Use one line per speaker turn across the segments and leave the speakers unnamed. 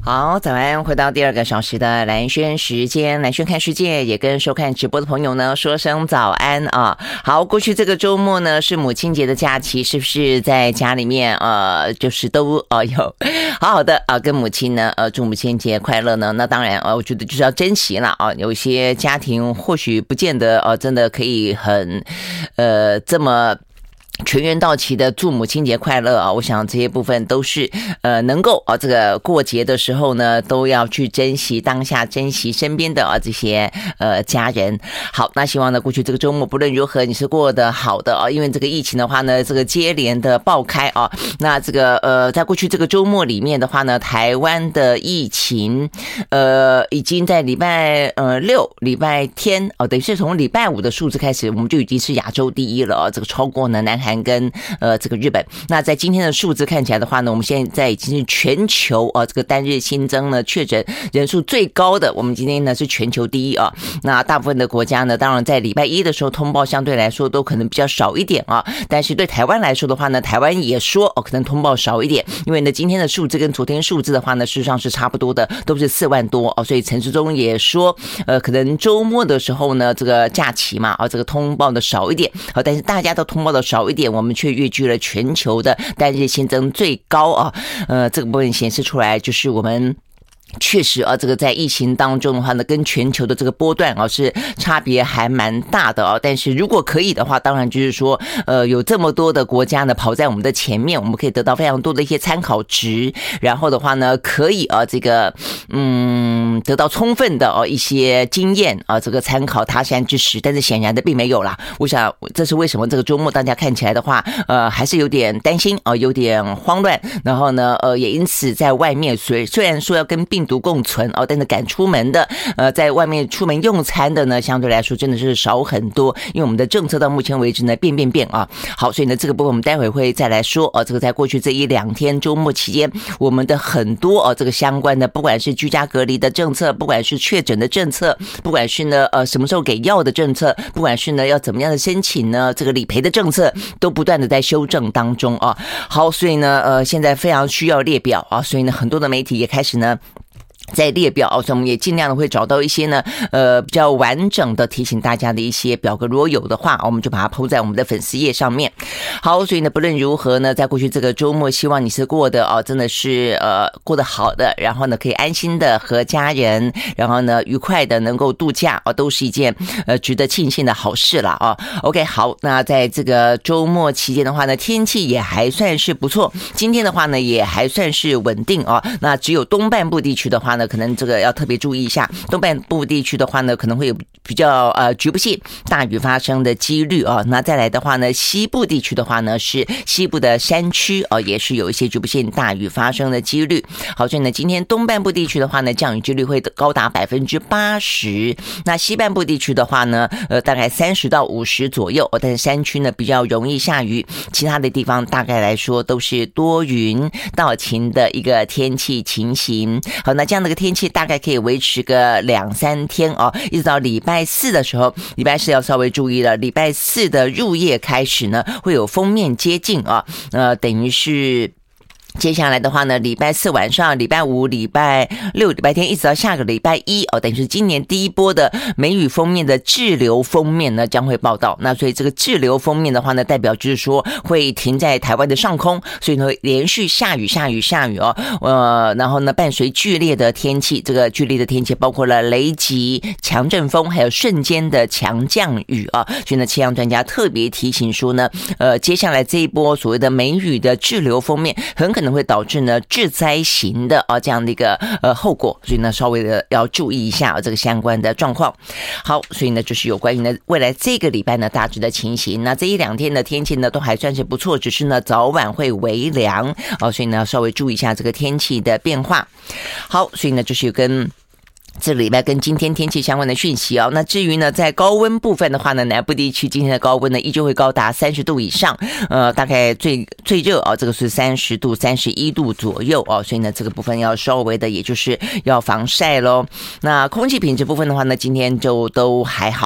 好，早安，回到第二个小时的蓝轩时间，蓝轩看世界，也跟收看直播的朋友呢说声早安啊。好，过去这个周末呢是母亲节的假期，是不是在家里面就是都有好好的跟母亲呢祝母亲节快乐呢？那当然我觉得就是要珍惜啦啊，有一些家庭或许不见得真的可以很这么全员到齐的祝母亲节快乐啊！我想这些部分都是能够这个过节的时候呢，都要去珍惜当下，珍惜身边的这些家人。好，那希望呢过去这个周末不论如何你是过得好的因为这个疫情的话呢，这个接连的爆开啊，那这个在过去这个周末里面的话呢，台湾的疫情已经在礼拜六礼拜天等于是从礼拜五的数字开始，我们就已经是亚洲第一了这个超过呢南韩跟这个日本。那在今天的数字看起来的话呢，我们现在已经是全球这个单日新增呢确诊人数最高的，我们今天呢是全球第一啊。那大部分的国家呢，当然在礼拜一的时候通报相对来说都可能比较少一点啊，但是对台湾来说的话呢，台湾也说可能通报少一点，因为呢今天的数字跟昨天数字的话呢，事实上是差不多的，都是4万多所以陈时中也说可能周末的时候呢，这个假期嘛这个通报的少一点但是大家都通报的少一点，我们却跃居了全球的单日新增最高这个部分显示出来就是我们确实这个在疫情当中的话呢，跟全球的这个波段是差别还蛮大的但是如果可以的话，当然就是说有这么多的国家呢跑在我们的前面，我们可以得到非常多的一些参考值，然后的话呢可以这个得到充分的一些经验这个参考他山之石，但是显然的并没有啦。我想这是为什么这个周末大家看起来的话还是有点担心有点慌乱，然后呢也因此在外面虽然说要跟病毒共存但是敢出门的在外面出门用餐的呢相对来说真的是少很多，因为我们的政策到目前为止呢变好，所以呢这个部分我们待会会再来说这个在过去这1-2天周末期间，我们的很多这个相关的不管是居家隔离的政策，不管是确诊的政策，不管是呢什么时候给药的政策，不管是呢要怎么样的申请呢这个理赔的政策，都不断的在修正当中好，所以呢现在非常需要列表所以呢很多的媒体也开始呢在列表所以我们也尽量的会找到一些呢比较完整的提醒大家的一些表格，如果有的话我们就把它 po 在我们的粉丝页上面。好，所以呢不论如何呢，在过去这个周末希望你是过得真的是过得好的，然后呢可以安心的和家人，然后呢愉快的能够度假都是一件值得庆幸的好事啦OK， 好，那在这个周末期间的话呢，天气也还算是不错，今天的话呢也还算是稳定那只有东半部地区的话呢可能这个要特别注意一下，东半部地区的话呢可能会有比较局部性大雨发生的几率那再来的话呢，西部地区的话呢是西部的山区也是有一些局部性大雨发生的几率。好，所以呢今天东半部地区的话呢降雨几率会高达 80%， 那西半部地区的话呢大概30到50左右但是山区呢比较容易下雨，其他的地方大概来说都是多云到晴的一个天气情形。好，那这样的一个天气大概可以维持个2-3天一直到礼拜四的时候，礼拜四要稍微注意了，礼拜四的入夜开始呢会有锋面接近等于是接下来的话呢，礼拜四晚上、礼拜五、礼拜六、礼拜天一直到下个礼拜一等于是今年第一波的梅雨锋面的滞留锋面呢将会报道。那所以这个滞留锋面的话呢，代表就是说会停在台湾的上空，所以呢连续下雨然后呢伴随剧烈的天气，这个剧烈的天气包括了雷击、强阵风，还有瞬间的强降雨所以呢气象专家特别提醒说呢接下来这一波所谓的梅雨的滞留锋面很可能会导致呢致灾型的这样的一个后果，所以呢稍微的要注意一下这个相关的状况。好，所以呢就是有关于呢未来这个礼拜呢大致的情形。那这1-2天的天气呢都还算是不错，只是呢早晚会微凉所以呢稍微注意一下这个天气的变化。好，所以呢就是跟这礼拜跟今天天气相关的讯息那至于呢在高温部分的话呢，南部地区今天的高温呢依旧会高达30度以上大概最热这个是30度31度左右所以呢这个部分要稍微的也就是要防晒咯。那空气品质部分的话呢，今天就都还好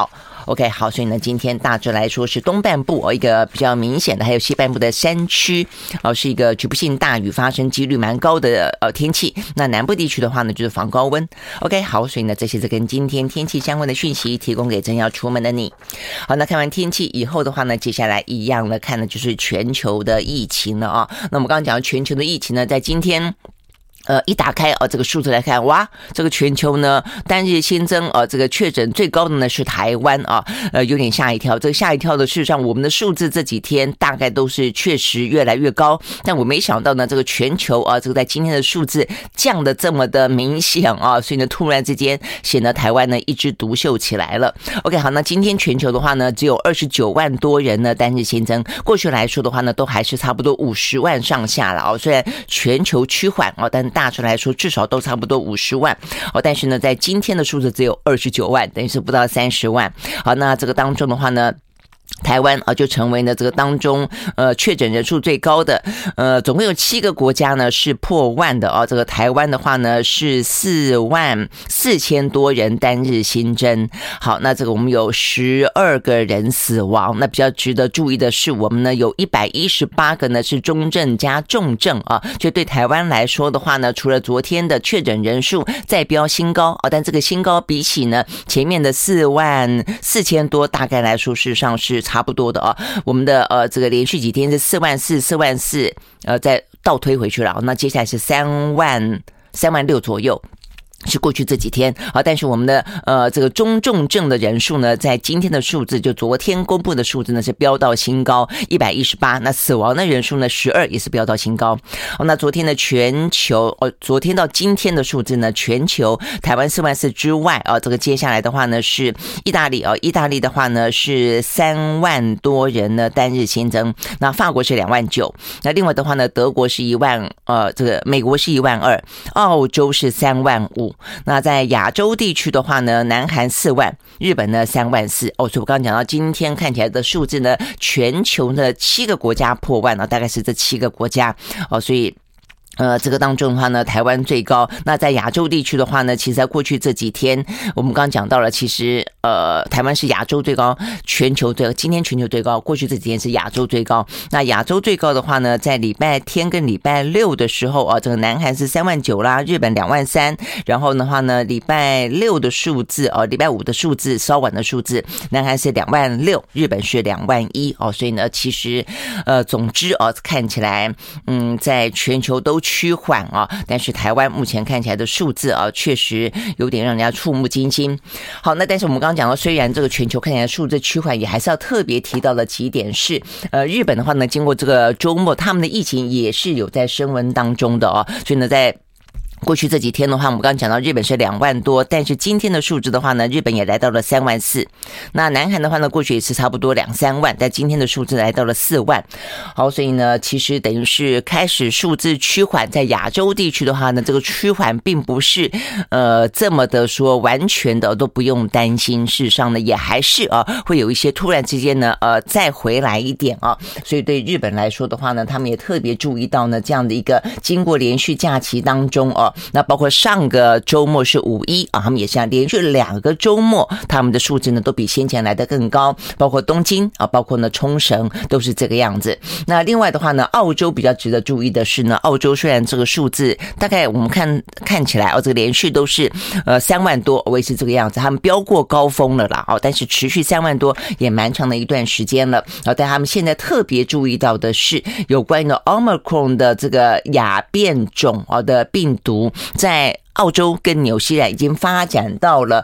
OK， 好，所以呢，今天大致来说是东半部一个比较明显的，还有西半部的山区是一个局部性大雨发生几率蛮高的天气。那南部地区的话呢，就是防高温。OK， 好，所以呢，这些是跟今天天气相关的讯息，提供给正要出门的你。好，那看完天气以后的话呢，接下来一样的看的就是全球的疫情了啊。那我们刚刚讲全球的疫情呢，在今天。一打开这个数字来看，哇，这个全球呢单日新增这个确诊最高的呢是台湾有点吓一跳。这个吓一跳的，事实上我们的数字这几天大概都是确实越来越高，但我没想到呢，这个全球这个在今天的数字降得这么的明显所以呢突然之间显得台湾呢一枝独秀起来了。OK， 好，那今天全球的话呢，只有29万多人呢单日新增，过去来说的话呢，都还是差不多50万上下了虽然全球趋缓但大致来说至少都差不多50万但是呢在今天的数字只有29万，等于是不到30万。好，那这个当中的话呢，台湾就成为了这个当中确诊人数最高的总共有7个国家呢是破万的这个台湾的话呢是4万4千多人单日新增。好，那这个我们有12个人死亡。那比较值得注意的是，我们呢有118个呢是中症加重症就对台湾来说的话呢，除了昨天的确诊人数再飙新高但这个新高比起呢前面的4万4千多，大概来说事实上是差不多的我们的这个连续几天是4万4再倒推回去了那接下来是3万6左右。是过去这几天但是我们的这个中重症的人数呢，在今天的数字，就昨天公布的数字呢是飙到新高118，那死亡的人数呢12也是飙到新高那昨天的全球昨天到今天的数字呢，全球台湾4万4之外这个接下来的话呢是意大利意大利的话呢是3万多人呢单日新增，那法国是2万9，那另外的话呢，德国是1万这个美国是1万2，澳洲是3万5。那在亚洲地区的话呢，南韩4万，日本呢3万4所以我刚刚讲到今天看起来的数字呢，全球的7个国家破万大概是这7个国家所以这个当中的话呢，台湾最高。那在亚洲地区的话呢，其实在过去这几天，我们刚刚讲到了，其实台湾是亚洲最高，全球最高，今天全球最高，过去这几天是亚洲最高。那亚洲最高的话呢，在礼拜天跟礼拜六的时候这个南韩是3万9啦，日本2万3，然后的话呢，礼拜六的数字礼拜五的数字稍晚的数字，南韩是2万6，日本是2万1所以呢，其实总之看起来在全球都趋缓但是台湾目前看起来的数字确实有点让人家触目惊心。好，那但是我们刚刚讲到，虽然这个全球看起来数字趋缓，也还是要特别提到的几点是，日本的话呢，经过这个周末，他们的疫情也是有在升温当中的所以呢，在过去这几天的话，我们刚刚讲到日本是2万多，但是今天的数字的话呢，日本也来到了3万4。那南韩的话呢，过去也是差不多2-3万，但今天的数字来到了4万。好，所以呢，其实等于是开始数字趋缓，在亚洲地区的话呢，这个趋缓并不是这么的说完全的都不用担心，事实上呢，也还是会有一些突然之间呢再回来一点所以对日本来说的话呢，他们也特别注意到呢这样的一个经过连续假期当中那包括上个周末是5·1他们也是连续2个周末，他们的数字呢都比先前来的更高，包括东京包括呢冲绳都是这个样子。那另外的话呢，澳洲比较值得注意的是呢，澳洲虽然这个数字大概我们看起来这个连续都是3万多维持这个样子，他们飙过高峰了啦但是持续3万多也蛮长的一段时间了但他们现在特别注意到的是有关于 Omicron 的这个亚变种的病毒，在澳洲跟纽西兰已经发展到了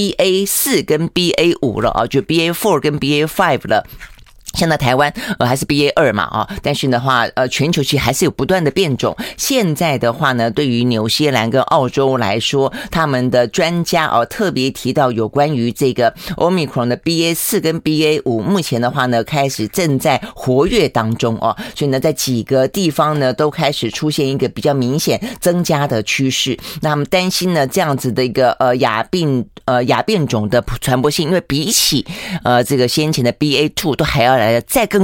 BA4 跟 BA5 了就 BA4 跟 BA5 了。现在台湾还是 BA2 嘛但是的话全球其实还是有不断的变种。现在的话呢，对于纽西兰跟澳洲来说，他们的专家特别提到有关于这个 Omicron 的 BA4 跟 BA5， 目前的话呢开始正在活跃当中所以呢在几个地方呢都开始出现一个比较明显增加的趋势。那他们担心呢这样子的一个亚变种的传播性，因为比起这个先前的 BA2 都还要来的再更快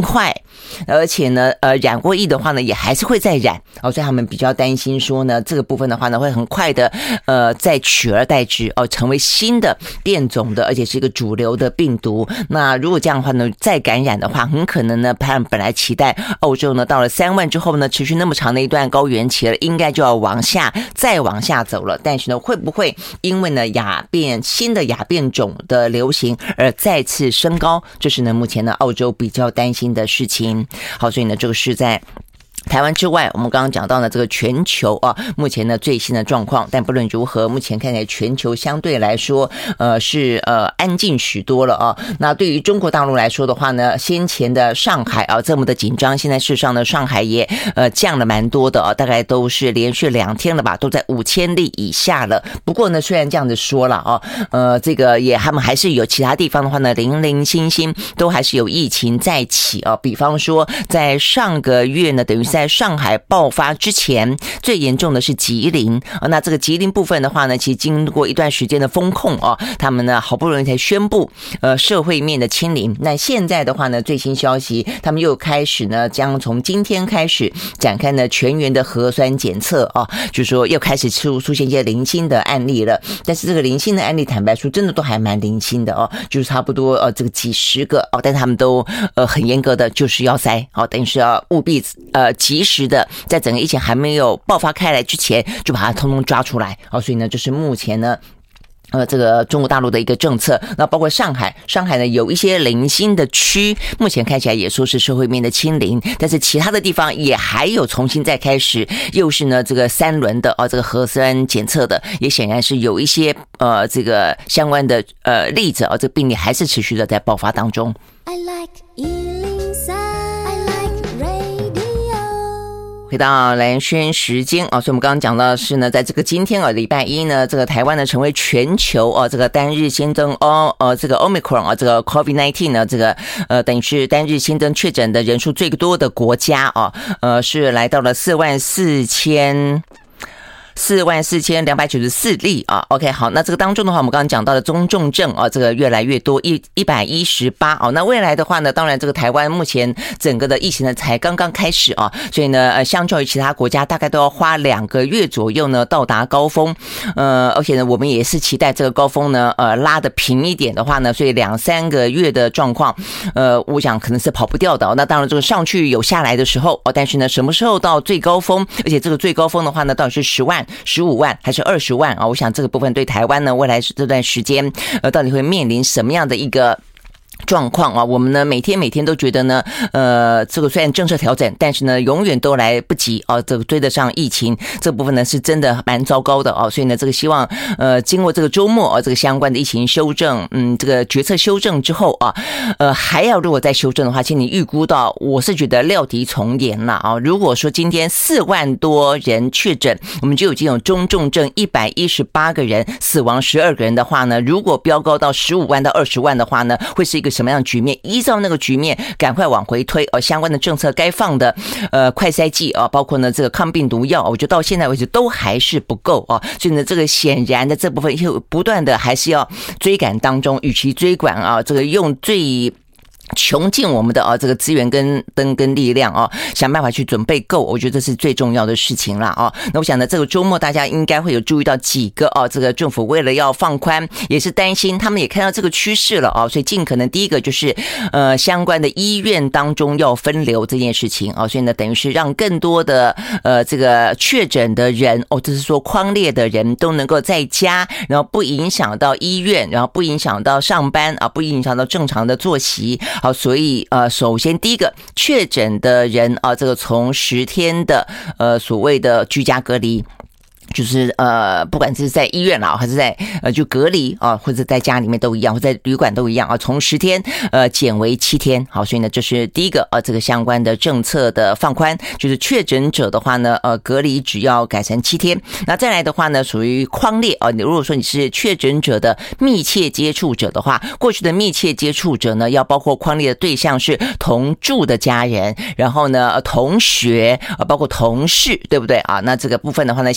而且呢染过疫的话呢也还是会再染所以他们比较担心说呢这个部分的话呢会很快的再取而代之成为新的变种的而且是一个主流的病毒。那如果这样的话呢再感染的话很可能呢他们本来期待欧洲呢到了3万之后呢持续那么长的一段高原期了应该就要再往下走了，但是呢会不会因为呢新的亚变种的流行而再次升高，这是呢目前呢澳洲比较担心的事情。好，所以呢这个是在台湾之外，我们刚刚讲到呢这个全球目前的最新的状况，但不论如何，目前看起来全球相对来说是安静许多了那对于中国大陆来说的话呢，先前的上海这么的紧张，现在事实上呢上海也降了蛮多的大概都是连续2天了吧，都在5000例以下了。不过呢虽然这样子说了这个他们还是有其他地方的话呢零零星星都还是有疫情再起比方说在上个月呢等于在上海爆发之前最严重的是吉林那这个吉林部分的话呢其实经过一段时间的封控他们呢好不容易才宣布社会面的清零。那现在的话呢最新消息他们又开始呢将从今天开始展开呢全员的核酸检测就是说又开始出现一些零星的案例了。但是这个零星的案例坦白说真的都还蛮零星的就是差不多这个几十个但他们都很严格的就是要筛等于是要务必及时的在整个疫情还没有爆发开来之前就把它通通抓出来所以呢这是目前呢这个中国大陆的一个政策。那包括上海呢有一些零星的区目前看起来也说是社会面的清零，但是其他的地方也还有重新再开始又是呢这个3轮的这个核酸检测的，也显然是有一些这个相关的例子这个病例还是持续的在爆发当中。I like 回到蓝轩时间所以我们刚刚讲到的是呢在这个今天礼拜一呢这个台湾呢成为全球这个单日新增这个 Omicron 这个 COVID-19 呢这个等于是单日新增确诊的人数最多的国家是来到了44294例OK 好，那这个当中的话我们刚刚讲到的中重症这个越来越多118那未来的话呢当然这个台湾目前整个的疫情呢才刚刚开始所以呢相较于其他国家大概都要花2个月左右呢到达高峰而且呢我们也是期待这个高峰呢拉得平一点的话呢所以2-3个月的状况我想可能是跑不掉的那当然这个上去有下来的时候但是呢什么时候到最高峰，而且这个最高峰的话呢到底是10万15万还是20万我想这个部分对台湾呢未来这段时间到底会面临什么样的一个状况我们呢每天都觉得呢这个虽然政策调整但是呢永远都来不及这个追得上疫情，这部分呢是真的蛮糟糕的所以呢这个希望经过这个周末这个相关的疫情修正这个决策修正之后还要如果再修正的话，请你预估到我是觉得料敌从严了如果说今天4万多人确诊，我们就已经有中重症118个人，死亡12个人的话呢，如果飙高到15万到20万的话呢，会是一个什么样的局面？依照那个局面赶快往回推相关的政策该放的快筛剂包括呢这个抗病毒药我觉得到现在为止都还是不够所以呢这个显然的这部分又不断的还是要追赶当中，与其追赶这个用最穷尽我们的这个资源跟力量想办法去准备够，我觉得这是最重要的事情啦那我想呢这个周末大家应该会有注意到几个这个政府为了要放宽，也是担心他们也看到这个趋势了所以尽可能第一个就是相关的医院当中要分流这件事情所以呢等于是让更多的这个确诊的人就是说匡列的人都能够在家，然后不影响到医院，然后不影响到上班不影响到正常的作息好，所以首先第一个确诊的人这个从10天的所谓的居家隔离，就是不管是在医院啦还是在就隔离或者在家里面都一样，或者在旅馆都一样从10天减为7天好，所以呢这是第一个这个相关的政策的放宽，就是确诊者的话呢隔离只要改成7天。那再来的话呢属于匡列你如果说你是确诊者的密切接触者的话，过去的密切接触者呢要包括匡列的对象是同住的家人，然后呢同学包括同事，对不对那这个部分的话呢现在呢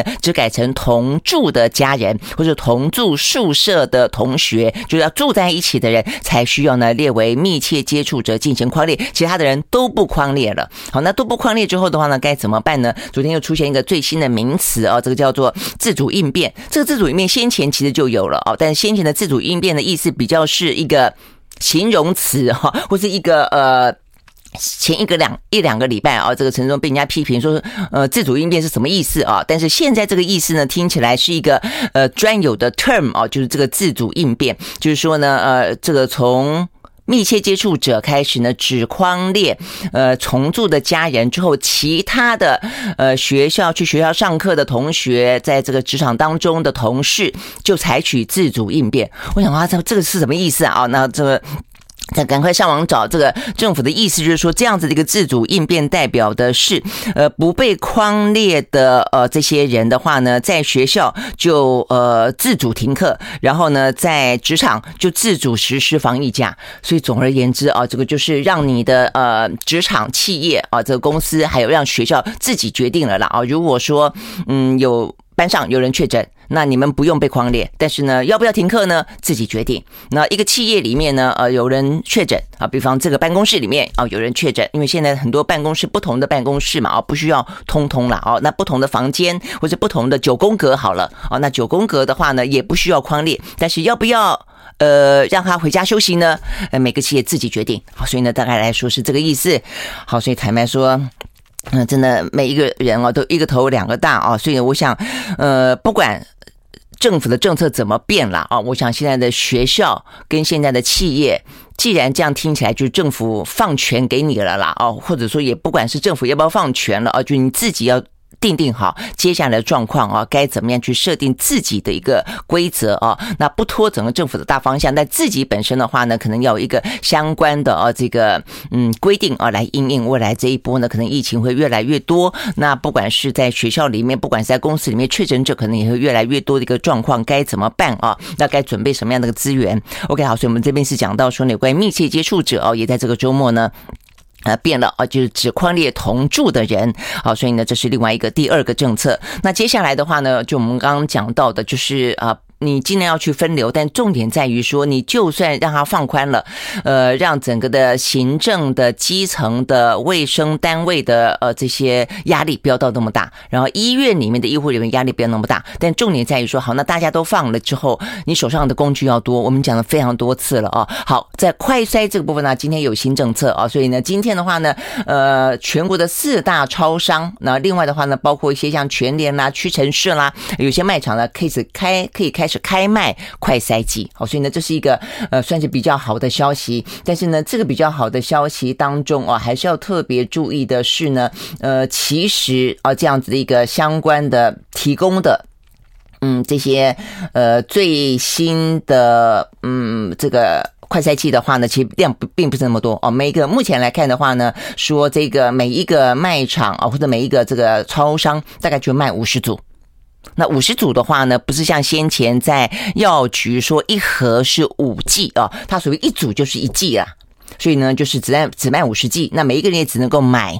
只改成同住的家人或者同住宿舍的同学，就是要住在一起的人才需要呢列为密切接触者进行匡列，其他的人都不匡列了。好，那都不匡列之后的话呢，该怎么办呢？昨天又出现一个最新的名词这个叫做自主应变。这个自主应变先前其实就有了但是先前的自主应变的意思比较是一个形容词或是一个前一两个礼拜这个陈时中被人家批评说自主应变是什么意思但是现在这个意思呢听起来是一个专有的 term 就是这个自主应变，就是说呢这个从密切接触者开始呢，只匡列重住的家人之后，其他的去学校上课的同学，在这个职场当中的同事，就采取自主应变。我想这个是什么意思啊？那这个。再赶快上网找这个政府的意思，就是说这样子的一个自主应变代表的是不被匡列的这些人的话呢，在学校就自主停课，然后呢在职场就自主实施防疫假。所以总而言之这个就是让你的职场企业这个公司还有让学校自己决定了啦如果说有班上有人确诊，那你们不用被匡列，但是呢要不要停课呢自己决定。那一个企业里面呢有人确诊比方这个办公室里面有人确诊，因为现在很多办公室不同的办公室嘛不需要通啦那不同的房间或者不同的9宫格好了那9宫格的话呢也不需要匡列，但是要不要让他回家休息呢每个企业自己决定。好，所以呢大概来说是这个意思。好，所以坦白说真的每一个人都一个头两个大所以我想不管政府的政策怎么变了我想现在的学校跟现在的企业，既然这样听起来就是政府放权给你了啦或者说也不管是政府要不要放权了就你自己要定好接下来的状况该怎么样去设定自己的一个规则那不拖整个政府的大方向，但自己本身的话呢，可能要有一个相关的这个规定来因应未来这一波呢，可能疫情会越来越多。那不管是在学校里面，不管是在公司里面，确诊者可能也会越来越多的一个状况，该怎么办那该准备什么样的资源 ？OK， 好，所以我们这边是讲到说有关于密切接触者也在这个周末呢。变了就是只匡列同住的人。好，所以呢这是另外一个第二个政策。那接下来的话呢，就我们刚刚讲到的就是你尽量要去分流，但重点在于说，你就算让它放宽了，让整个的行政的基层的卫生单位的这些压力不要到那么大，然后医院里面的医护人员压力不要那么大，但重点在于说，好，那大家都放了之后，你手上的工具要多，我们讲了非常多次了好，在快筛这个部分呢，今天有新政策所以呢，今天的话呢，全国的4大超商，那另外的话呢，包括一些像全联啦、屈臣氏啦，有些卖场呢可以开始开卖快筛剂。好，所以呢，这是一个算是比较好的消息。但是呢，这个比较好的消息当中还是要特别注意的是呢，其实这样子的一个相关的提供的这些最新的这个快筛剂的话呢，其实量并不是那么多每个目前来看的话呢，说这个每一个卖场或者每一个这个超商大概就卖50组。那50组的话呢，不是像先前在药局说一盒是5剂它属于一组就是1剂啦，所以呢就是只卖50剂，那每一个人也只能够买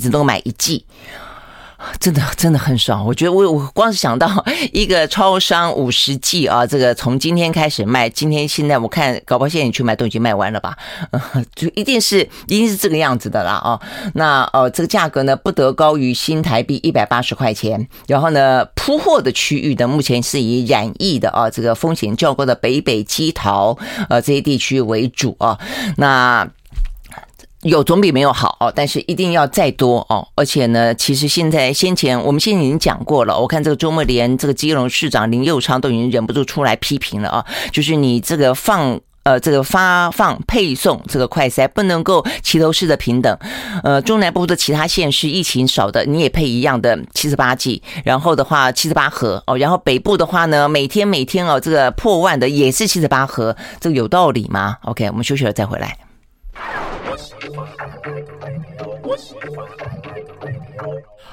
1剂。真的很爽，我觉得我光是想到一个超商50剂这个从今天开始卖，现在我看搞不好现在你去买都已经卖完了吧，就一定是这个样子的啦那这个价格呢不得高于新台币180块钱，然后呢铺货的区域呢目前是以染疫的这个风险较高的北基桃这些地区为主那有总比没有好但是一定要再多而且呢，其实我们先前已经讲过了，我看这个周末连这个基隆市长林右昌都已经忍不住出来批评了就是你这个发放配送这个快筛不能够齐头式的平等，中南部的其他县市疫情少的你也配一样的78剂，然后的话78盒然后北部的话呢每天这个破万的也是78盒，这个有道理吗 ？OK， 我们休息了再回来。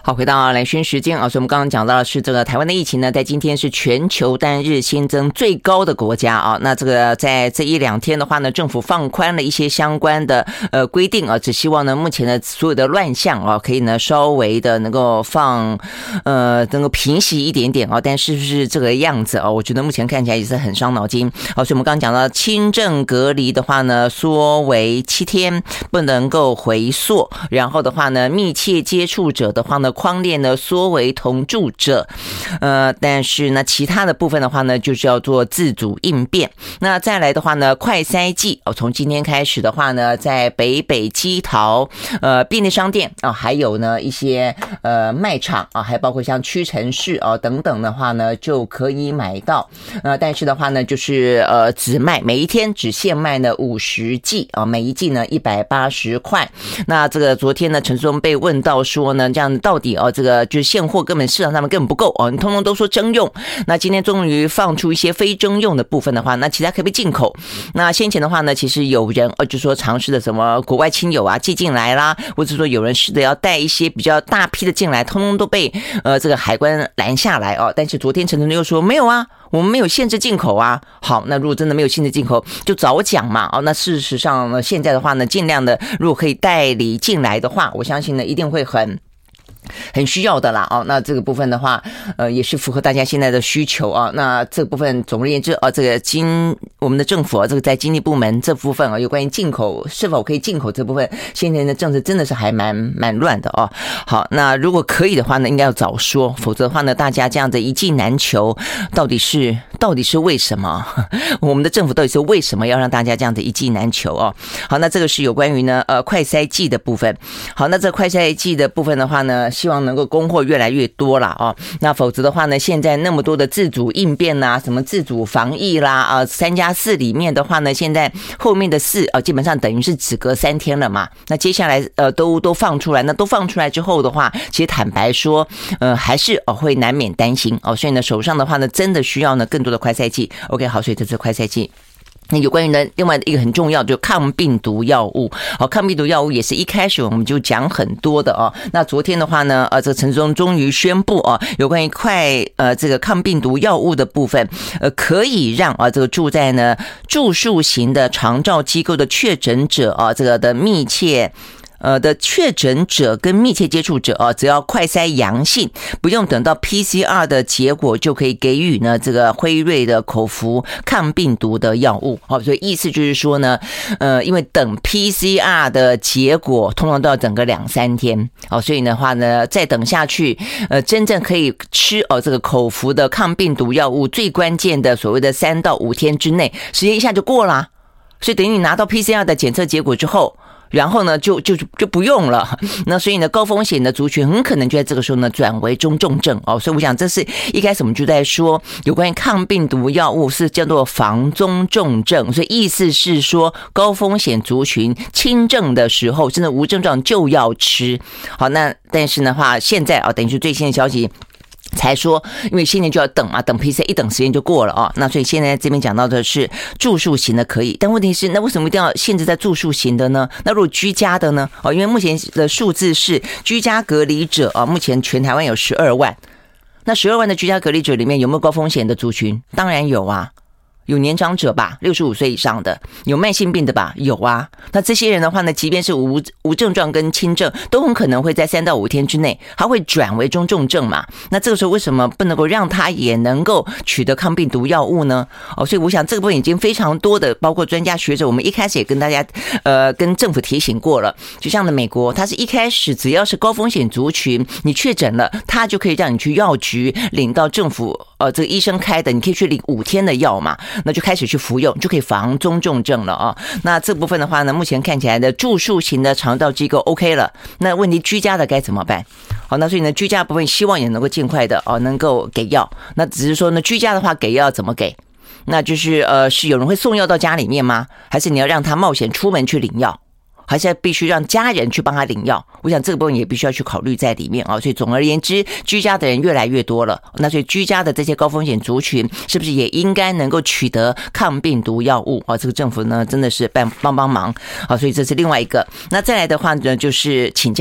好，回到蓝轩时间啊，所以我们刚刚讲到的是这个台湾的疫情呢，在今天是全球单日新增最高的国家啊。那这个在这一两天的话呢，政府放宽了一些相关的规定啊，只希望呢目前的所有的乱象啊，可以呢稍微的能够能够平息一点点啊。但是不是这个样子啊？我觉得目前看起来也是很伤脑筋。好，所以我们刚刚讲到轻症隔离的话呢，缩为7天，不能够回溯。然后的话呢，密切接触者的话呢，匡列呢缩为同住者，但是呢，其他的部分的话呢，就是要做自主应变。那再来的话呢，快筛剂从今天开始的话呢，在北基桃便利商店还有呢一些卖场还包括像屈臣氏等等的话呢，就可以买到。但是的话呢，就是只卖每一天只限卖呢50剂每一剂呢180块。那这个昨天呢，陈时中被问到说呢，这样到底这个就是现货根本市场上面根本不够你通通都说征用。那今天终于放出一些非征用的部分的话，那其他可不可以进口？那先前的话呢，其实有人就说尝试的什么国外亲友寄进来啦，或者说有人试着要带一些比较大批的进来，通通都被这个海关拦下来但是昨天陈时中又说没有啊，我们没有限制进口啊。好，那如果真的没有限制进口，就早讲嘛那事实上呢，现在的话呢，尽量的如果可以代理进来的话，我相信呢一定会很需要的啦那这个部分的话也是符合大家现在的需求那这个部分总而言之这个我们的政府这个在经济部门这部分有关于进口是否可以进口这部分，现在的政策真的是还蛮乱的好，那如果可以的话呢，应该要早说，否则的话呢，大家这样子一剂难求，到底是为什么？我们的政府到底是为什么要让大家这样子一剂难求好，那这个是有关于呢快筛剂的部分。好，那这快筛剂的部分的话呢，希望能够供货越来越多啦那否则的话呢，现在那么多的自主应变啦，什么自主防疫啦3+4里面的话呢，现在后面的4基本上等于是只隔3天了嘛。那接下来都放出来，那都放出来之后的话，其实坦白说还是会难免担心所以呢手上的话呢，真的需要呢更多的快筛剂。 OK， 好，所以这是快筛剂。那有关于呢，另外一个很重要的就是抗病毒药物。好，抗病毒药物也是一开始我们就讲很多的那昨天的话呢，这个陈时中终于宣布有关于这个抗病毒药物的部分，可以让这个住在呢住宿型的长照机构的确诊者这个的密切的确诊者跟密切接触者只要快筛阳性，不用等到 PCR 的结果，就可以给予呢这个辉瑞的口服抗病毒的药物所以意思就是说呢因为等 PCR 的结果通常都要等个2-3天所以的话呢，再等下去真正可以吃这个口服的抗病毒药物，最关键的所谓的3到5天之内，时间一下就过了所以等于你拿到 PCR 的检测结果之后，然后呢就不用了。那所以呢，高风险的族群很可能就在这个时候呢转为中重症所以我想这是一开始我们就在说有关于抗病毒药物是叫做防中重症，所以意思是说高风险族群轻症的时候，真的无症状就要吃。好，那但是的话，现在等于是最新的消息才说，因为现在就要等嘛，等 PCR 一等时间就过了那所以现在这边讲到的是住宿型的可以，但问题是那为什么一定要限制在住宿型的呢？那如果居家的呢因为目前的数字是居家隔离者目前全台湾有12万，那12万的居家隔离者里面有没有高风险的族群？当然有有年长者吧，65岁以上的，有慢性病的吧，有那这些人的话呢，即便是无症状跟轻症，都很可能会在3到5天之内，他会转为中重症嘛。那这个时候为什么不能够让他也能够取得抗病毒药物呢？所以我想这个部分已经非常多的，包括专家学者，我们一开始也跟大家跟政府提醒过了。就像呢美国，它是一开始只要是高风险族群，你确诊了，他就可以让你去药局领到政府这个医生开的，你可以去领5天的药嘛。那就开始去服用，就可以防中重症了那这部分的话呢，目前看起来的住宿型的长照机构 OK 了，那问题居家的该怎么办？好，那所以呢，居家部分希望也能够尽快的能够给药。那只是说呢，居家的话给药怎么给？那就是是有人会送药到家里面吗？还是你要让他冒险出门去领药？还是必须让家人去帮他领药？我想这个部分也必须要去考虑在里面所以总而言之，居家的人越来越多了，那所以居家的这些高风险族群是不是也应该能够取得抗病毒药物这个政府呢真的是帮忙所以这是另外一个。那再来的话呢，就是请假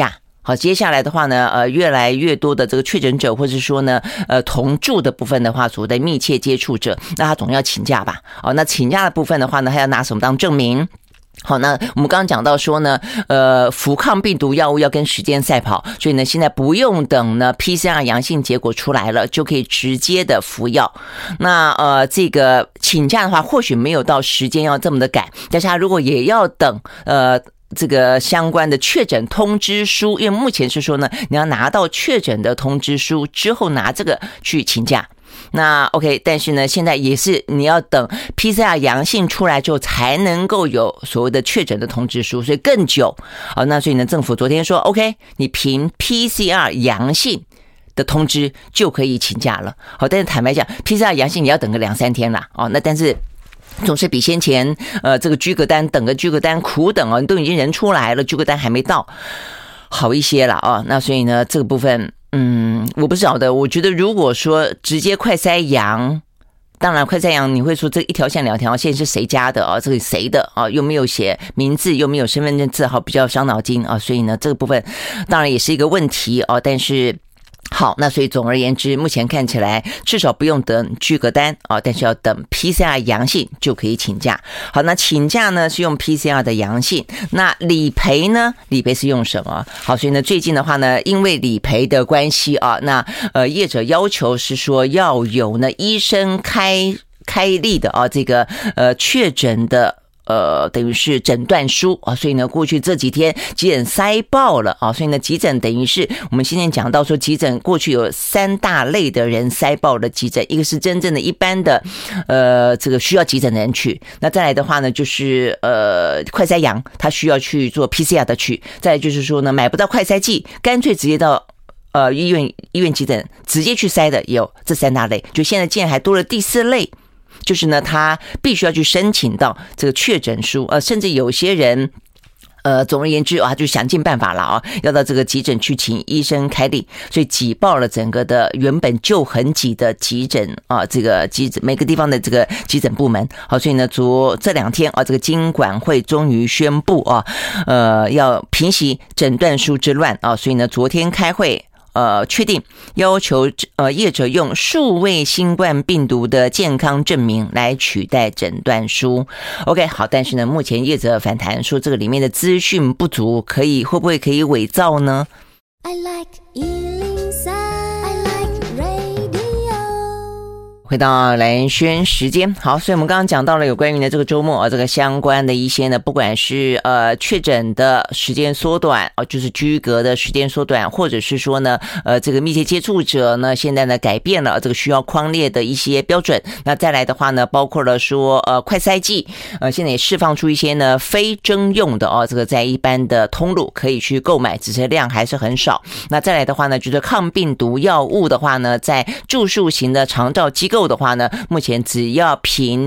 好，接下来的话呢，越来越多的这个确诊者，或者说呢，同住的部分的话，所谓的密切接触者，那他总要请假吧？哦，那请假的部分的话呢，他要拿什么当证明？好，那我们刚刚讲到说呢，服抗病毒药物要跟时间赛跑，所以呢，现在不用等呢 PCR 阳性结果出来了，就可以直接的服药。那这个请假的话，或许没有到时间要这么的赶，但是他如果也要等这个相关的确诊通知书，因为目前是说呢，你要拿到确诊的通知书之后拿这个去请假。那 OK， 但是呢，现在也是你要等 PCR 阳性出来之后才能够有所谓的确诊的通知书，所以更久。好，那所以呢，政府昨天说 OK， 你凭 PCR 阳性的通知就可以请假了。好，但是坦白讲 ，PCR 阳性你要等个2-3天啦。哦，那但是总是比先前这个居隔单等个居隔单苦等你都已经人出来了，居隔单还没到，好一些了啊。那所以呢，这个部分我不晓得。我觉得如果说直接快筛阳，当然快筛阳你会说这一条线2条线是谁家的这个谁的又没有写名字，又没有身份证字号，比较伤脑筋所以呢，这个部分当然也是一个问题但是好，那所以总而言之，目前看起来至少不用等居隔单但是要等 PCR 阳性就可以请假。好，那请假呢是用 PCR 的阳性，那理赔呢？理赔是用什么？好，所以呢最近的话呢，因为理赔的关系那业者要求是说要有呢医生开立的这个确诊的等于是诊断书所以呢，过去这几天急诊塞爆了所以呢，急诊等于是我们先前讲到说，急诊过去有3大类的人塞爆了急诊，一个是真正的一般的这个需要急诊的人去，那再来的话呢，就是快筛阳他需要去做 PCR 的去，再来就是说呢，买不到快筛剂，干脆直接到医院急诊直接去筛的，也有这3大类，就现在竟然还多了第4类。就是呢，他必须要去申请到这个确诊书，甚至有些人，总而言之就想尽办法了要到这个急诊去请医生开立，所以挤爆了整个的原本就很挤的急诊这个急诊每个地方的这个急诊部门。好，所以呢，这2天这个金管会终于宣布要平息诊断书之乱所以呢，昨天开会。确定要求业者用数位新冠病毒的健康证明来取代诊断书。OK， 好，但是呢，目前业者反弹说这个里面的资讯不足，会不会可以伪造呢？ I like 103, I like radio。回到蓝轩时间，好，所以我们刚刚讲到了有关于呢这个周末这个相关的一些呢，不管是确诊的时间缩短就是居隔的时间缩短，或者是说呢这个密切接触者呢现在呢改变了这个需要匡列的一些标准。那再来的话呢，包括了说快筛剂现在也释放出一些呢非征用的这个在一般的通路可以去购买，只是量还是很少。那再来的话呢，就是抗病毒药物的话呢，在住宿型的长照机构的话呢，目前只要凭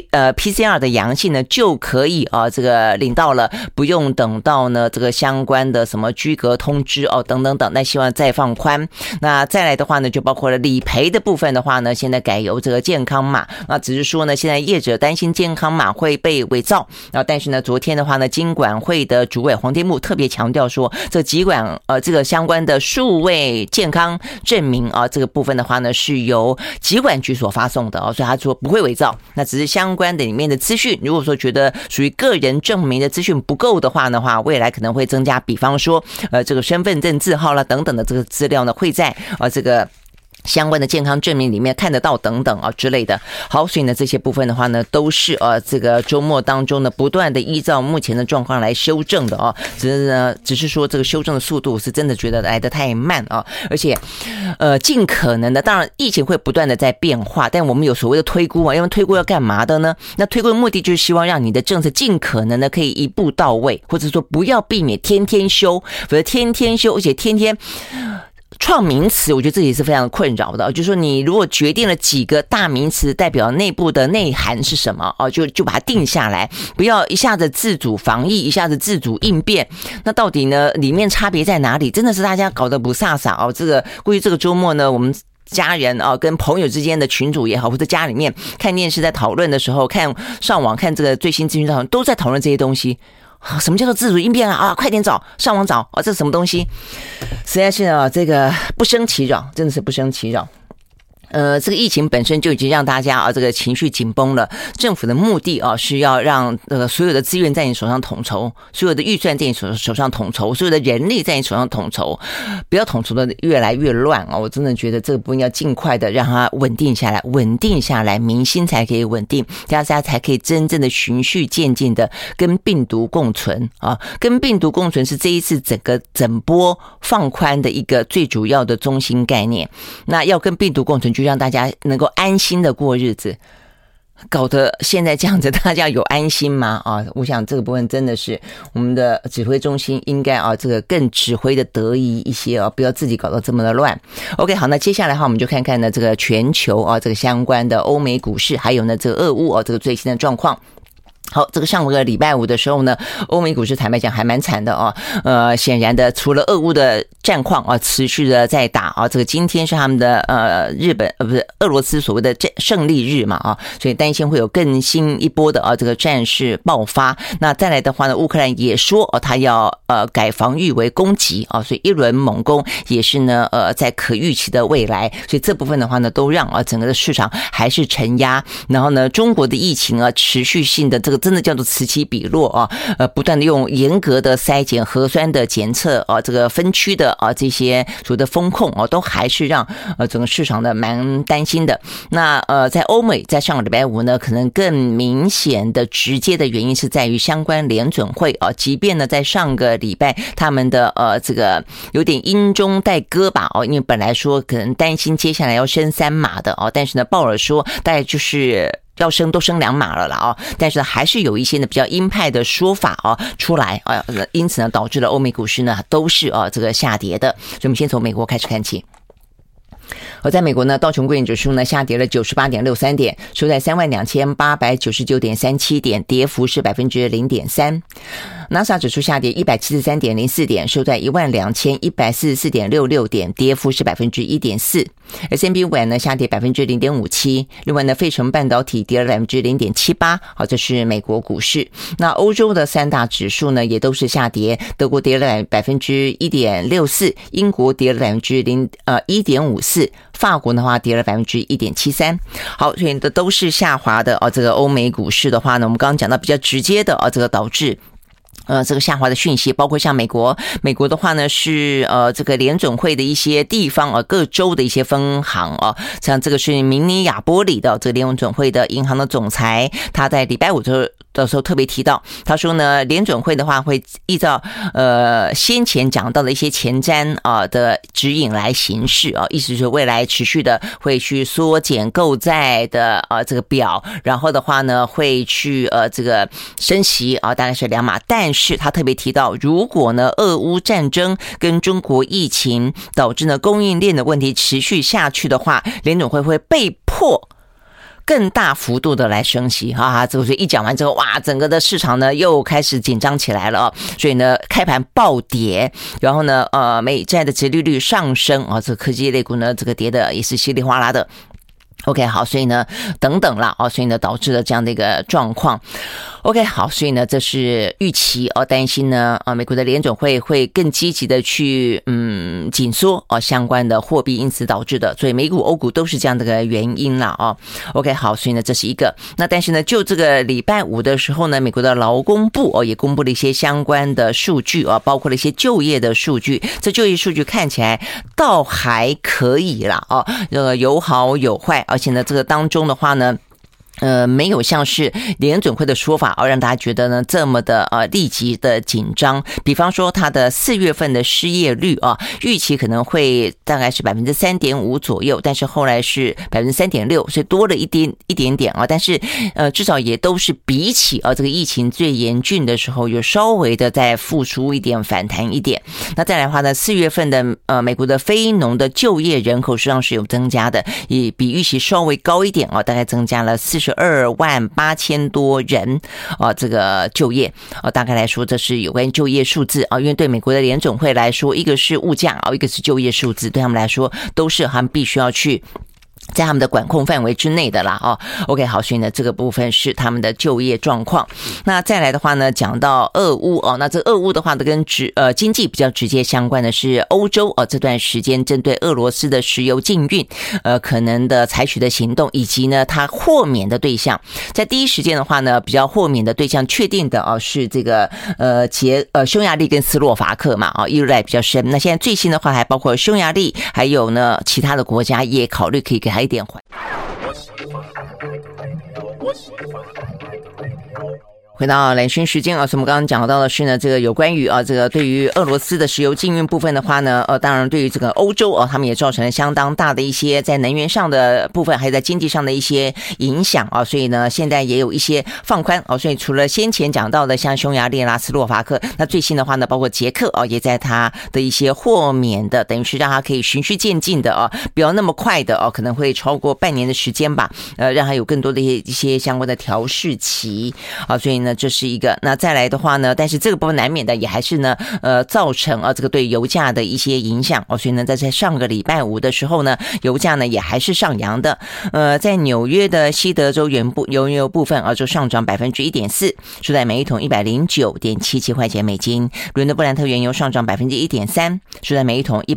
PCR 的阳性呢就可以这个领到了，不用等到呢这个相关的什么居隔通知等等等。那希望再放宽。那再来的话呢，就包括了理赔的部分的话呢，现在改由这个健康码。那只是说呢，现在业者担心健康码会被伪造。但是呢，昨天的话呢，金管会的主委黄天木特别强调说，这疾管这个相关的数位健康证明这个部分的话呢，是由疾管局所发送的所以他说不会伪造。那只是相关的里面的资讯，如果说觉得属于个人证明的资讯不够的话呢，未来可能会增加，比方说这个身份证字号啦等等的这个资料呢，会在这个相关的健康证明里面看得到等等之类的。好，所以呢这些部分的话呢，都是这个周末当中呢不断的依照目前的状况来修正的只是说这个修正的速度是真的觉得来得太慢而且尽可能的，当然疫情会不断的在变化，但我们有所谓的推估因为推估要干嘛的呢？那推估的目的就是希望让你的政策尽可能的可以一步到位，或者说不要避免天天修，否则天天修，而且天天创名词，我觉得这也是非常困扰的。就是说你如果决定了几个大名词代表内部的内涵是什么就把它定下来，不要一下子自主防疫，一下子自主应变。那到底呢里面差别在哪里？真的是大家搞得不飒飒这个过去这个周末呢，我们家人跟朋友之间的群组也好，或者家里面看电视在讨论的时候，上网看这个最新资讯上都在讨论这些东西。 什么叫做自主应变啊？快点找，上网找啊，这是什么东西？实在是啊，这个不胜其扰，真的是不胜其扰。这个疫情本身就已经让大家这个情绪紧绷了。政府的目的是要让所有的资源在你手上统筹，所有的预算在你手上统筹，所有的人力在你手上统筹，不要统筹的越来越乱我真的觉得这个部分要尽快的让它稳定下来，民心才可以稳定，大家才可以真正的循序渐进的跟病毒共存跟病毒共存是这一次整波放宽的一个最主要的中心概念。那要跟病毒共存，就让大家能够安心的过日子，搞得现在这样子，大家有安心吗？我想这个部分真的是我们的指挥中心应该这个更指挥的得宜一些不要自己搞得这么的乱。OK， 好，那接下来的话，我们就看看呢这个全球这个相关的欧美股市，还有呢这个俄乌这个最新的状况。好，这个上个礼拜五的时候呢，欧美股市坦白讲还蛮惨的显然的，除了俄乌的战况持续的在打这个今天是他们的俄罗斯所谓的胜利日嘛所以担心会有更新一波的这个战事爆发。那再来的话呢，乌克兰也说他要改防御为攻击所以一轮猛攻也是呢在可预期的未来。所以这部分的话呢，都让整个的市场还是承压。然后呢，中国的疫情持续性的这个真的叫做此起彼落不断的用严格的筛检、核酸的检测这个分区的这些所谓的风控都还是让整个市场的蛮担心的。那在欧美，在上个礼拜五呢，可能更明显的直接的原因是在于相关联准会即便呢在上个礼拜他们的这个有点阴中带歌吧因为本来说可能担心接下来要升3码的但是呢鲍尔说大概就是要升都升2码了啦但是还是有一些呢比较鹰派的说法出来因此呢导致了欧美股市呢都是这个下跌的。所以我们先从美国开始看起。而在美国呢，道琼工业指数呢下跌了 98.63 点，收在 32,899.37 点，跌幅是 0.3%。NASA 指数下跌 173.04 点，收在 12,144.66 点，跌幅是 1.4%。S&P 500呢下跌 0.57%。另外呢，费城半导体跌了 0.78%。好，这是美国股市。那欧洲的3大指数呢也都是下跌，德国跌了 1.64%， 英国跌了 1.54%，法国的话跌了 1.73%。好，所以都是下滑的这个欧美股市的话呢，我们刚刚讲到比较直接的这个导致这个下滑的讯息，包括像美国的话呢是这个联准会的一些地方各州的一些分行像这个是明尼亚波里的这个联准会的银行的总裁，他在礼拜五的时候特别提到，他说呢，联准会的话会依照先前讲到的一些前瞻的指引来行事意思是未来持续的会去缩减购债的这个表，然后的话呢会去这个升息大概是2码，但是他特别提到，如果呢俄乌战争跟中国疫情导致呢供应链的问题持续下去的话，联准会被迫更大幅度的来升息这个一讲完之后，哇，整个的市场呢又开始紧张起来了所以呢开盘暴跌，然后呢美债的殖利率上升这个科技类股呢这个跌的也是稀里哗啦的。OK， 好，所以呢等等啦所以呢导致了这样的一个状况。OK， 好，所以呢这是预期担心呢美国的联准会会更积极的去紧缩相关的货币，因此导致的，所以美股欧股都是这样的个原因啦OK， 好，所以呢这是一个。那但是呢就这个礼拜五的时候呢，美国的劳工部也公布了一些相关的数据包括了一些就业的数据，这就业数据看起来倒还可以啦有好有坏，而且呢这个当中的话呢没有像是联准会的说法让大家觉得呢这么的立即的紧张。比方说它的4月份的失业率预期可能会大概是 3.5% 左右，但是后来是 3.6%， 所以多了一点点但是至少也都是比起这个疫情最严峻的时候有稍微的再复苏一点，反弹一点。那再来的话呢，4月份的美国的非农的就业人口实际上是有增加的，也比预期稍微高一点大概增加了42.8万多人这个就业大概来说这是有关就业数字因为对美国的联准会来说，一个是物价一个是就业数字，对他们来说都是他们必须要去在他们的管控范围之内的啦OK 好，所以呢这个部分是他们的就业状况。那再来的话呢，讲到俄乌那这俄乌的话呢跟经济比较直接相关的是欧洲这段时间针对俄罗斯的石油禁运可能的采取的行动，以及呢它豁免的对象。在第一时间的话呢，比较豁免的对象确定的是这个匈牙利跟斯洛伐克嘛依赖比较深。那现在最新的话还包括匈牙利，还有呢其他的国家也考虑可以给他一点缓。回到蓝轩时间所以我们刚刚讲到的是呢，这个有关于这个对于俄罗斯的石油禁运部分的话呢，当然对于这个欧洲他们也造成了相当大的一些在能源上的部分，还有在经济上的一些影响所以呢现在也有一些放宽所以除了先前讲到的像匈牙利啦、斯洛伐克，那最新的话呢，包括捷克也在它的一些豁免的，等于是让它可以循序渐进的不要那么快的可能会超过半年的时间吧，让它有更多的一些相关的调试期所以呢这是一个。那再来的话呢，但是这个部分难免的也还是呢造成这个对油价的一些影响所以呢在上个礼拜五的时候呢，油价呢也还是上扬的。在纽约的西德州原油部分就上涨 1.4%， 收在每一桶 109.77 块钱美金。伦敦布兰特原油上涨 1.3%， 收在每一桶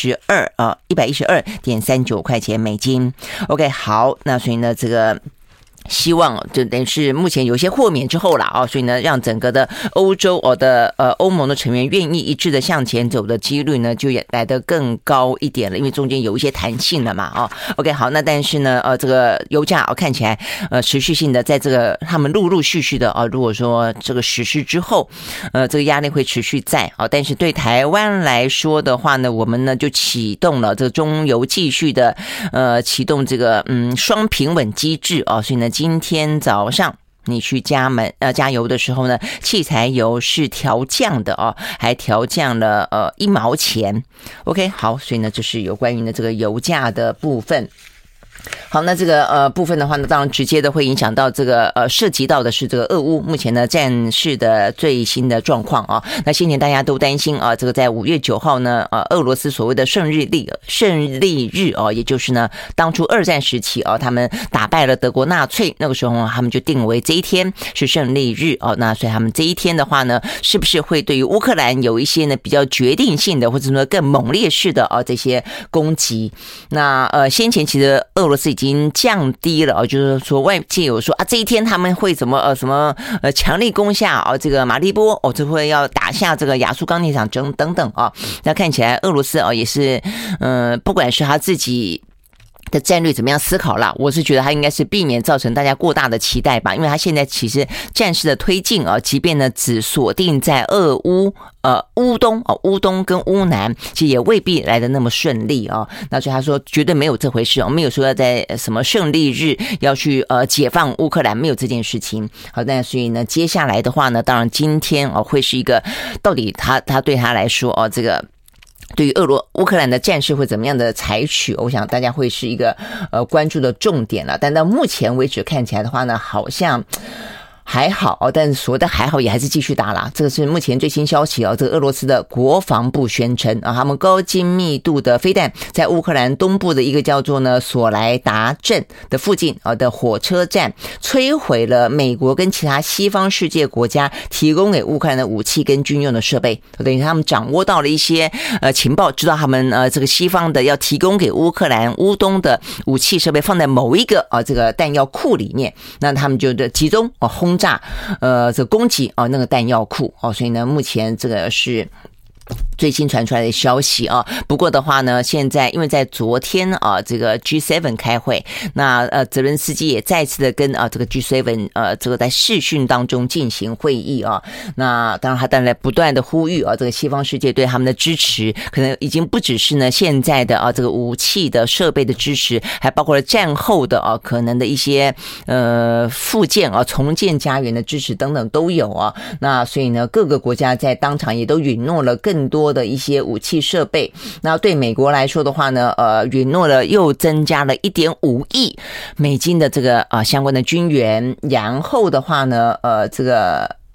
112.39 块钱美金。 OK 好，那所以呢这个希望就等于是目前有些豁免之后啦所以呢让整个的欧洲的欧盟的成员愿意一致的向前走的几率呢就也来得更高一点了，因为中间有一些弹性了嘛OK 好，那但是呢这个油价看起来持续性的在这个他们陆续的如果说这个实施之后这个压力会持续在但是对台湾来说的话呢，我们呢就启动了这个中油继续的启动这个双平稳机制所以呢今天早上你去加油的时候呢，汽柴油是调降的还调降了1毛钱。 OK 好，所以呢这是有关于呢这个油价的部分。好，那这个部分的话呢，当然直接的会影响到这个涉及到的是这个俄乌目前呢战事的最新的状况那先前大家都担心这个在5月9号呢俄罗斯所谓的胜利日也就是呢当初二战时期他们打败了德国纳粹，那个时候他们就定为这一天是胜利日那所以他们这一天的话呢，是不是会对于乌克兰有一些呢比较决定性的或者说更猛烈式的这些攻击？那先前其实俄罗斯已经降低了就是说外界有说这一天他们会怎么强力攻下这个马利波这会要打下这个亚速钢铁厂等等那看起来俄罗斯也是不管是他自己的战略怎么样思考啦，我是觉得他应该是避免造成大家过大的期待吧，因为他现在其实战事的推进即便呢只锁定在乌东跟乌南，其实也未必来得那么顺利那所以他说绝对没有这回事没有说要在什么胜利日要去解放乌克兰，没有这件事情。好，那所以呢接下来的话呢，当然今天会是一个到底他对他来说这个对于乌克兰的战事会怎么样的采取，我想大家会是一个关注的重点了。但到目前为止看起来的话呢，好像还好但是所谓的还好也还是继续打啦。这个是目前最新消息这个俄罗斯的国防部宣称他们高精密度的飞弹在乌克兰东部的一个叫做呢索莱达镇的附近的火车站摧毁了美国跟其他西方世界国家提供给乌克兰的武器跟军用的设备，等于他们掌握到了一些情报，知道他们这个西方的要提供给乌克兰乌东的武器设备放在某一个这个弹药库里面，那他们就集中轰炸这个攻击那个弹药库所以呢目前这个是最新传出来的消息不过的话呢，现在因为在昨天这个 G7 开会，那泽伦斯基也再次的跟这个 G7 这个在视讯当中进行会议那当然他当然不断的呼吁这个西方世界对他们的支持，可能已经不只是呢现在的这个武器的设备的支持，还包括了战后的可能的一些复建重建家园的支持等等都有那所以呢各个国家在当场也都允诺了更多的一些武器设备。那对美国来说的话呢允诺了又增加了 1.5 亿美金的这个相关的军援，然后的话呢这个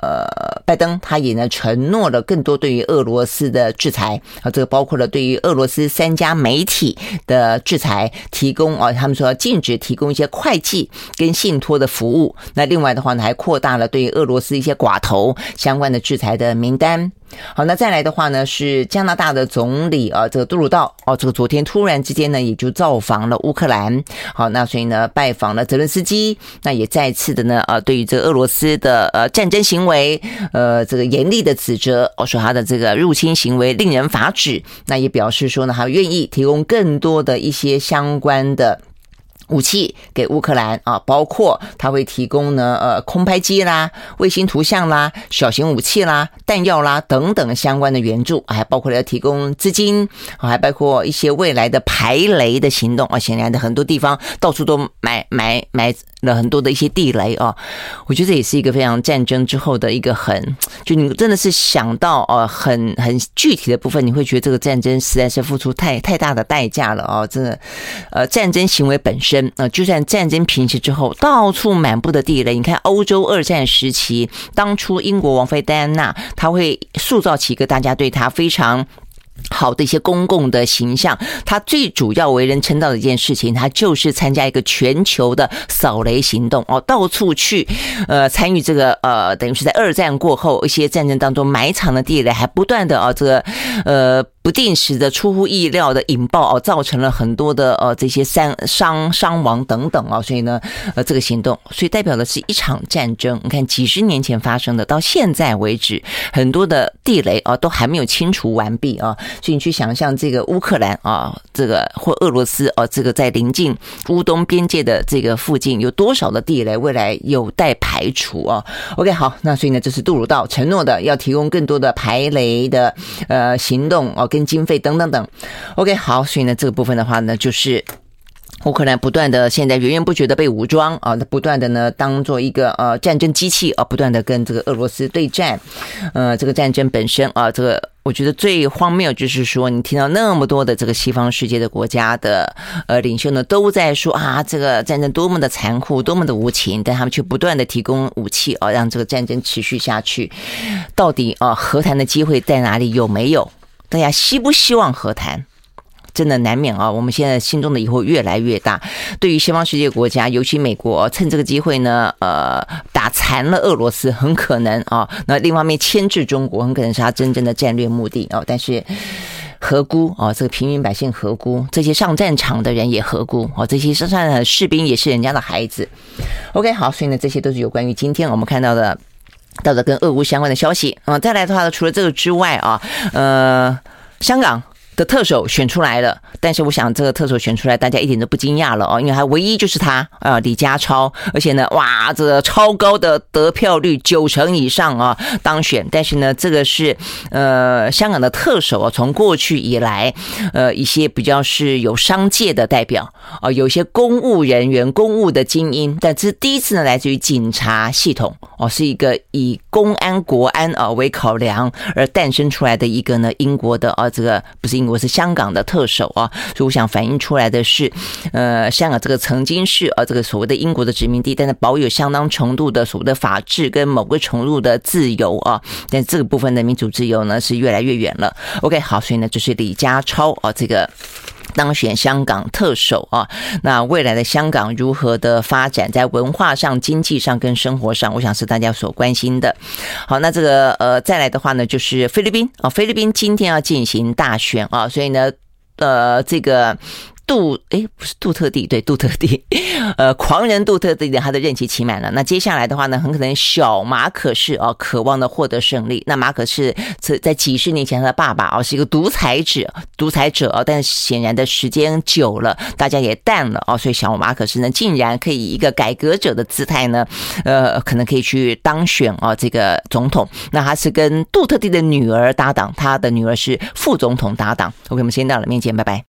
拜登他也呢承诺了更多对于俄罗斯的制裁这个包括了对于俄罗斯3家媒体的制裁，提供他们说要禁止提供一些会计跟信托的服务。那另外的话呢，还扩大了对于俄罗斯一些寡头相关的制裁的名单。好，那再来的话呢，是加拿大的总理这个杜鲁道这个昨天突然之间呢，也就造访了乌克兰。好，那所以呢，拜访了泽伦斯基，那也再次的呢，对于这俄罗斯的战争行为，这个严厉的指责，说他的这个入侵行为令人发指。那也表示说呢，他愿意提供更多的一些相关的武器给乌克兰包括他会提供呢空拍机啦、卫星图像啦、小型武器啦、弹药啦等等相关的援助，还包括了要提供资金，还包括一些未来的排雷的行动显然的很多地方到处都埋了很多的一些地雷我觉得这也是一个非常战争之后的一个就你真的是想到很具体的部分，你会觉得这个战争实在是付出太大的代价了真的战争行为本身就算战争平息之后，到处满布的地雷。你看欧洲2战时期，当初英国王妃戴安娜，她会塑造起一个大家对她非常好的一些公共的形象，他最主要为人称道的一件事情，他就是参加一个全球的扫雷行动到处去参与这个等于是在2战过后一些战争当中埋藏的地雷，还不断的这个不定时的出乎意料的引爆造成了很多的这些伤亡等等所以呢这个行动，所以代表的是一场战争。你看几十年前发生的，到现在为止很多的地雷都还没有清除完毕所以你去想象这个乌克兰这个或俄罗斯这个在临近乌东边界的这个附近有多少的地雷未来有待排除OK 好，那所以呢这是杜鲁道承诺的要提供更多的排雷的行动跟经费等等等。 OK 好，所以呢这个部分的话呢，就是乌克兰不断的现在源源不绝的被武装不断的呢当做一个战争机器不断的跟这个俄罗斯对战。这个战争本身这个我觉得最荒谬就是说，你听到那么多的这个西方世界的国家的领袖呢都在说这个战争多么的残酷，多么的无情，但他们却不断的提供武器让这个战争持续下去。到底和谈的机会在哪里？有没有？大家希不希望和谈？真的难免我们现在心中的疑惑越来越大。对于西方世界国家，尤其美国趁这个机会呢打残了俄罗斯，很可能那另外一方面牵制中国，很可能是他真正的战略目的但是何辜这个平民百姓何辜？这些上战场的人也何辜这些上战场的士兵也是人家的孩子。 OK 好，所以呢这些都是有关于今天我们看到的跟俄乌相关的消息再来的话，除了这个之外香港的特首选出来了，但是我想这个特首选出来大家一点都不惊讶了因为他唯一就是他李家超，而且呢这个超高的得票率90%以上当选。但是呢这个是香港的特首从过去以来一些比较是有商界的代表有些公务人员公务的精英，但这是第一次呢来自于警察系统是一个以公安国安为考量而诞生出来的一个呢英国的这个不是英国是香港的特首所以我想反映出来的是香港这个曾经是这个所谓的英国的殖民地，但是保有相当程度的所谓的法治跟某个程度的自由但这个部分的民主自由呢是越来越远了。 OK 好，所以呢就是李家超这个当选香港特首那未来的香港如何的发展，在文化上、经济上跟生活上，我想是大家所关心的。好，那这个再来的话呢，就是菲律宾菲律宾今天要进行大选所以呢这个不是杜特地，对，杜特地狂人杜特地的他的任期期满了。那接下来的话呢，很可能小马可仕渴望的获得胜利。那马可仕在几十年前他的爸爸是一个独裁者但是显然的时间久了大家也淡了所以小马可仕呢竟然可以以一个改革者的姿态呢可能可以去当选这个总统。那他是跟杜特地的女儿搭档，他的女儿是副总统搭档。OK 我们先到了面见，拜拜。